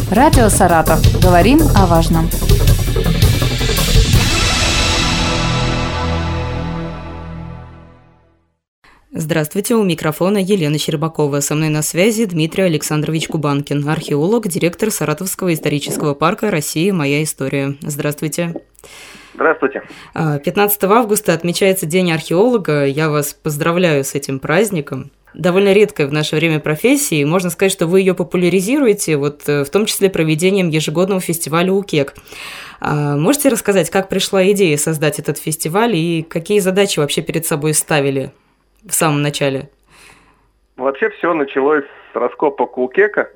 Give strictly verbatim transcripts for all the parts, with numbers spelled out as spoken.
Радио «Саратов». Говорим о важном. Здравствуйте, у микрофона Елена Щербакова. Со мной на связи Дмитрий Александрович Кубанкин, археолог, директор Саратовского исторического парка «Россия. Моя история». Здравствуйте. Здравствуйте. пятнадцатого августа отмечается День археолога. Я вас поздравляю с этим праздником. Довольно редкая в наше время профессия, и можно сказать, что вы ее популяризируете, вот, в том числе проведением ежегодного фестиваля УКЕК. А можете рассказать, как пришла идея создать этот фестиваль и какие задачи вообще перед собой ставили в самом начале? Вообще все началось с раскопок УКЕКа,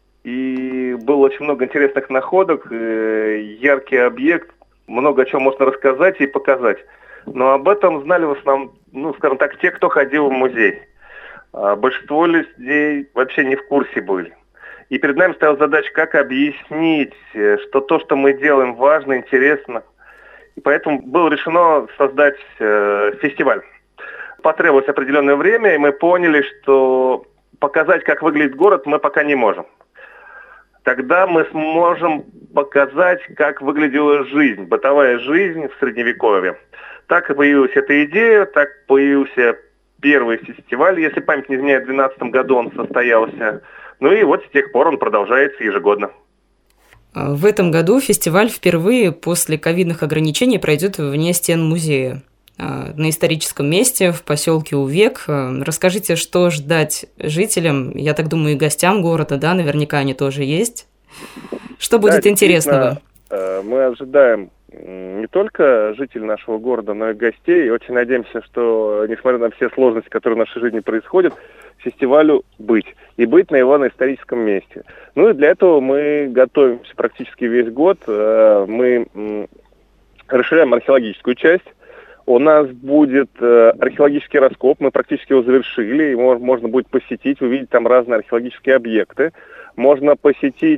и было очень много интересных находок, яркий объект, много о чем можно рассказать и показать. Но об этом знали в основном, ну, скажем так, те, кто ходил в музей. А большинство людей вообще не в курсе были. И перед нами стояла задача, как объяснить, что то, что мы делаем, важно, интересно. И поэтому было решено создать э, фестиваль. Потребовалось определенное время, и мы поняли, что показать, как выглядит город, мы пока не можем. Тогда мы сможем показать, как выглядела жизнь, бытовая жизнь в Средневековье. Так и появилась эта идея, так появился первый фестиваль, если память не изменяет, в две тысячи двенадцатом году он состоялся. Ну и вот с тех пор он продолжается ежегодно. В этом году фестиваль впервые после ковидных ограничений пройдет вне стен музея, на историческом месте, в поселке Увек. Расскажите, что ждать жителям, я так думаю, и гостям города, да, наверняка они тоже есть. Что будет да, интересного? Мы ожидаем не только жителей нашего города, но и гостей. И очень надеемся, что, несмотря на все сложности, которые в нашей жизни происходят, фестивалю быть. И быть на его на историческом месте. Ну и для этого мы готовимся практически весь год. Мы расширяем археологическую часть. У нас будет археологический раскоп, мы практически его завершили. Его можно будет посетить, увидеть там разные археологические объекты. Можно посетить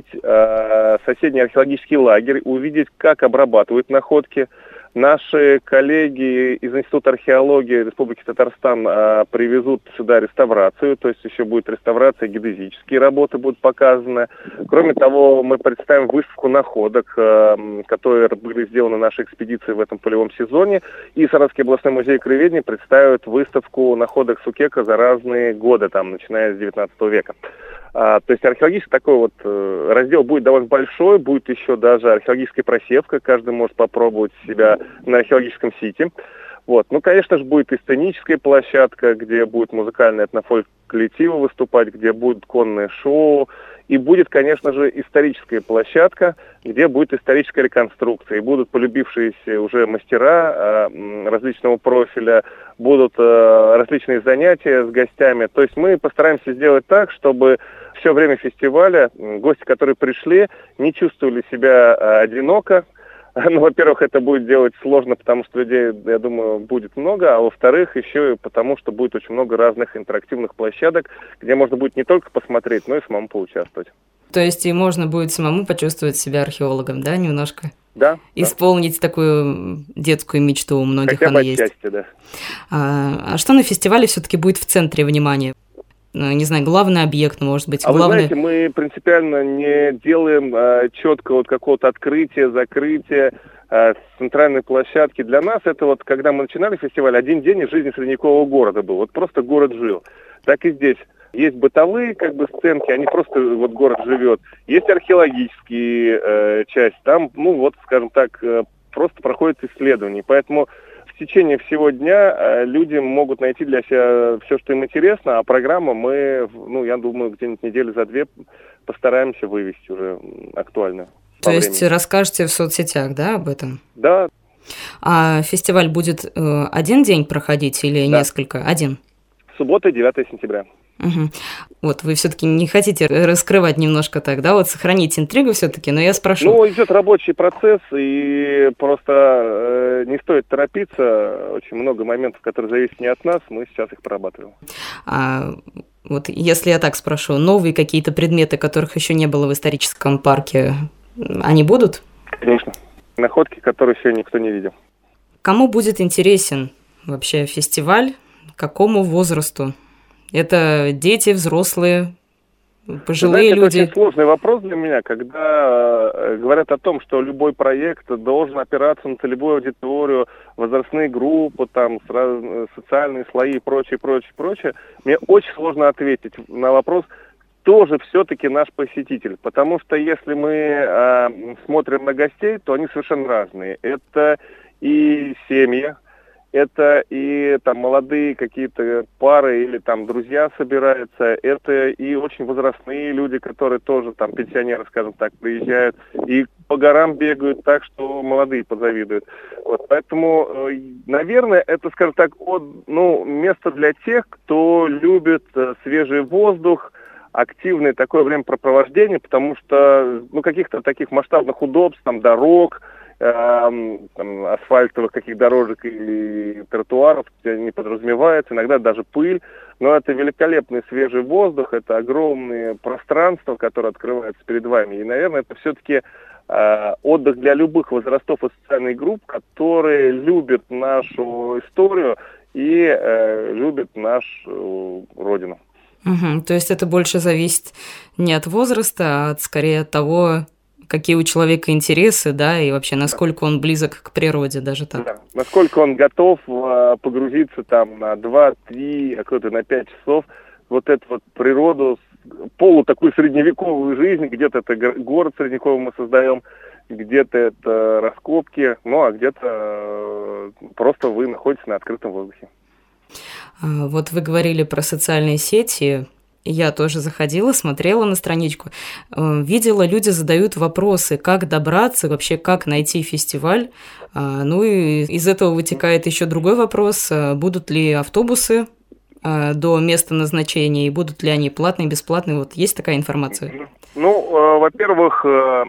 э, соседний археологический лагерь, увидеть, как обрабатывают находки. Наши коллеги из Института археологии Республики Татарстан э, привезут сюда реставрацию, то есть еще будет реставрация, геодезические работы будут показаны. Кроме того, мы представим выставку находок, э, которые были сделаны нашей экспедицией в этом полевом сезоне. И Саратовский областной музей краеведения представит выставку находок с УКЕКа за разные годы, там, начиная с девятнадцатого века. А, то есть археологический такой вот э, раздел будет довольно большой, будет еще даже археологическая просевка, каждый может попробовать себя на археологическом сите. Вот. Ну, конечно же, будет и сценическая площадка, где будет музыкальное этнофольк-коллективы выступать, где будет конное шоу, и будет, конечно же, историческая площадка, где будет историческая реконструкция, и будут полюбившиеся уже мастера э, различного профиля, будут э, различные занятия с гостями. То есть мы постараемся сделать так, чтобы все время фестиваля гости, которые пришли, не чувствовали себя одиноко. Ну, во-первых, это будет делать сложно, потому что людей, я думаю, будет много, а во-вторых, еще и потому, что будет очень много разных интерактивных площадок, где можно будет не только посмотреть, но и самому поучаствовать. То есть и можно будет самому почувствовать себя археологом, да, немножко? Да. Исполнить да. такую детскую мечту, у многих Хотя она бы есть. Отчасти, да. А, а что на фестивале все-таки будет в центре внимания? Не знаю, главный объект, может быть, а главный... вы знаете, мы принципиально не делаем а, четко вот какого-то открытия, закрытия а, центральной площадки. Для нас это вот, когда мы начинали фестиваль, один день из жизни средневекового города был. Вот просто город жил. Так и здесь. Есть бытовые как бы сценки, они просто, вот город живет. Есть археологические э, части, там, ну вот, скажем так, э, просто проходят исследования. Поэтому в течение всего дня э, люди могут найти для себя все, что им интересно, а программу мы, ну, я думаю, где-нибудь недели за две постараемся вывести уже актуально. То есть расскажете в соцсетях, да, об этом? Да. А фестиваль будет э, один день проходить или да. несколько? Один? Суббота, девятое сентября. Угу. Вот, вы все-таки не хотите раскрывать немножко так, да, вот сохранить интригу все-таки, но я спрошу. Ну, идет рабочий процесс, и просто э, не стоит торопиться. Очень много моментов, которые зависят не от нас, мы сейчас их прорабатываем. А вот если я так спрошу, новые какие-то предметы, которых еще не было в историческом парке, они будут? Конечно. Находки, которые еще никто не видел. Кому будет интересен вообще фестиваль? Какому возрасту? Это дети, взрослые, пожилые Знаете, люди? Это очень сложный вопрос для меня, когда э, говорят о том, что любой проект должен опираться на целевую аудиторию, возрастные группы, там, сразу, социальные слои и прочее, прочее, прочее. Мне очень сложно ответить на вопрос, кто же все-таки наш посетитель. Потому что если мы э, смотрим на гостей, то они совершенно разные. Это и семьи, это и там молодые какие-то пары или там друзья собираются, это и очень возрастные люди, которые тоже там пенсионеры, скажем так, приезжают и по горам бегают так, что молодые позавидуют. Вот, поэтому, наверное, это, скажем так, от, ну, место для тех, кто любит свежий воздух, активное такое времяпрепровождение, потому что ну, каких-то таких масштабных удобств, там, дорог, э, там, асфальтовых каких дорожек или тротуаров не подразумевается, иногда даже пыль, но это великолепный свежий воздух, это огромные пространства, которые открываются перед вами, и, наверное, это все-таки э, отдых для любых возрастов и социальных групп, которые любят нашу историю и э, любят нашу родину. Угу, то есть это больше зависит не от возраста, а от, скорее от того, какие у человека интересы, да, и вообще насколько он близок к природе, даже так. Да. Насколько он готов э, погрузиться там на два-три, а кто-то на пять часов вот эту вот природу, полу такую средневековую жизнь, где-то это город средневековый мы создаем, где-то это раскопки, ну а где-то э, просто вы находитесь на открытом воздухе. Вот вы говорили про социальные сети. Я тоже заходила, смотрела на страничку. Видела, люди задают вопросы, как добраться, вообще как найти фестиваль. Ну и из этого вытекает еще другой вопрос. Будут ли автобусы до места назначения и будут ли они платные, бесплатные? Вот есть такая информация? Ну, во-первых,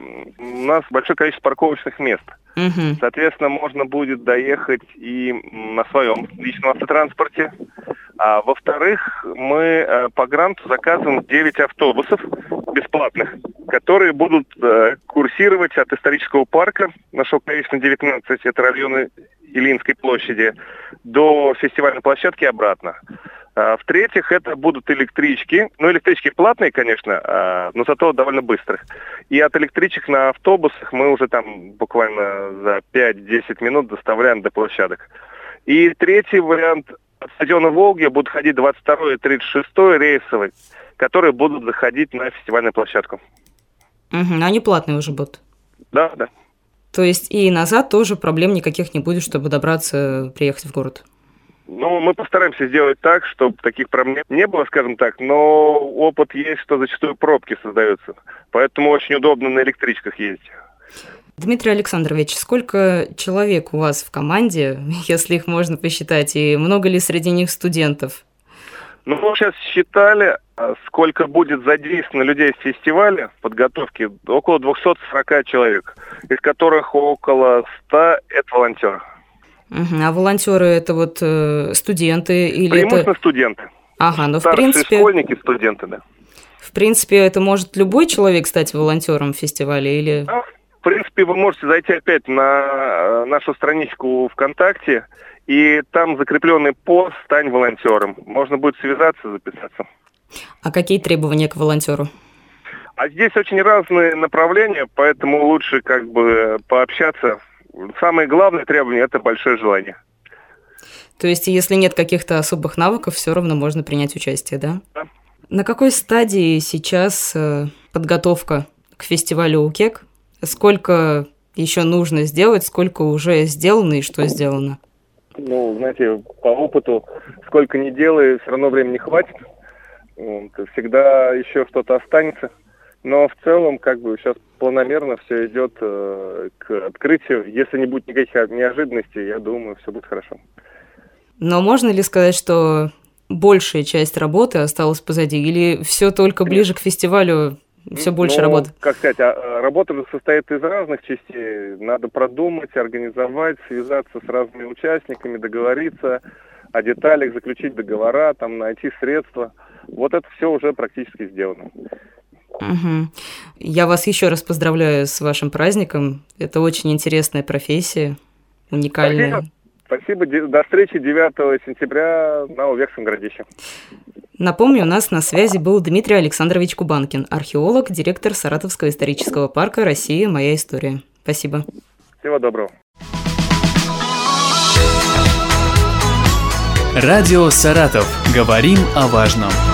у нас большое количество парковочных мест. Угу. Соответственно, можно будет доехать и на своем личном автотранспорте. А во-вторых, мы по гранту заказываем девять автобусов бесплатных, которые будут курсировать от исторического парка, нашего количества девятнадцать, это районы Илинской площади, до фестивальной площадки и обратно. В-третьих, это будут электрички. Ну, электрички платные, конечно, но зато довольно быстрые. И от электричек на автобусах мы уже там буквально за пять-десять минут доставляем до площадок. И третий вариант. От стадиона «Волги» будут ходить двадцать второй и тридцать шестой рейсовый, которые будут заходить на фестивальную площадку. Угу, они платные уже будут? Да, да. То есть и назад тоже проблем никаких не будет, чтобы добраться, приехать в город? Ну, мы постараемся сделать так, чтобы таких проблем не было, скажем так, но опыт есть, что зачастую пробки создаются. Поэтому очень удобно на электричках ездить. Дмитрий Александрович, сколько человек у вас в команде, если их можно посчитать, и много ли среди них студентов? Ну, мы сейчас считали, сколько будет задействовано людей в фестивале в подготовке, около двести сорок человек, из которых около ста – это волонтеры. Угу. А волонтеры это вот э, студенты или преимущественно это... студенты. Ага, но старшие в принципе... школьники, студенты, да. В принципе, это может любой человек стать волонтером фестиваля или... Да, в принципе, вы можете зайти опять на нашу страничку ВКонтакте, и там закрепленный пост «Стань волонтером». Можно будет связаться, записаться. А какие требования к волонтеру? А здесь очень разные направления, поэтому лучше как бы пообщаться. Самое главное требование – это большое желание. То есть, если нет каких-то особых навыков, все равно можно принять участие, да? Да. На какой стадии сейчас подготовка к фестивалю УКЕК? Сколько еще нужно сделать, сколько уже сделано и что сделано? Ну, знаете, по опыту, сколько ни делай, все равно времени не хватит. Всегда еще что-то останется. Но в целом, как бы, сейчас планомерно все идет э, к открытию. Если не будет никаких неожиданностей, я думаю, все будет хорошо. Но можно ли сказать, что большая часть работы осталась позади? Или все только ближе Нет. к фестивалю, все больше ну, работы? Как сказать, работа состоит из разных частей. Надо продумать, организовать, связаться с разными участниками, договориться о деталях, заключить договора, там, найти средства. Вот это все уже практически сделано. Угу. Я вас еще раз поздравляю с вашим праздником. Это очень интересная профессия, уникальная. Спасибо. Спасибо. До встречи девятого сентября на Увекском городище. Напомню, у нас на связи был Дмитрий Александрович Кубанкин, археолог, директор Саратовского исторического парка «Россия. Моя история». Спасибо. Всего доброго. Радио «Саратов». Говорим о важном.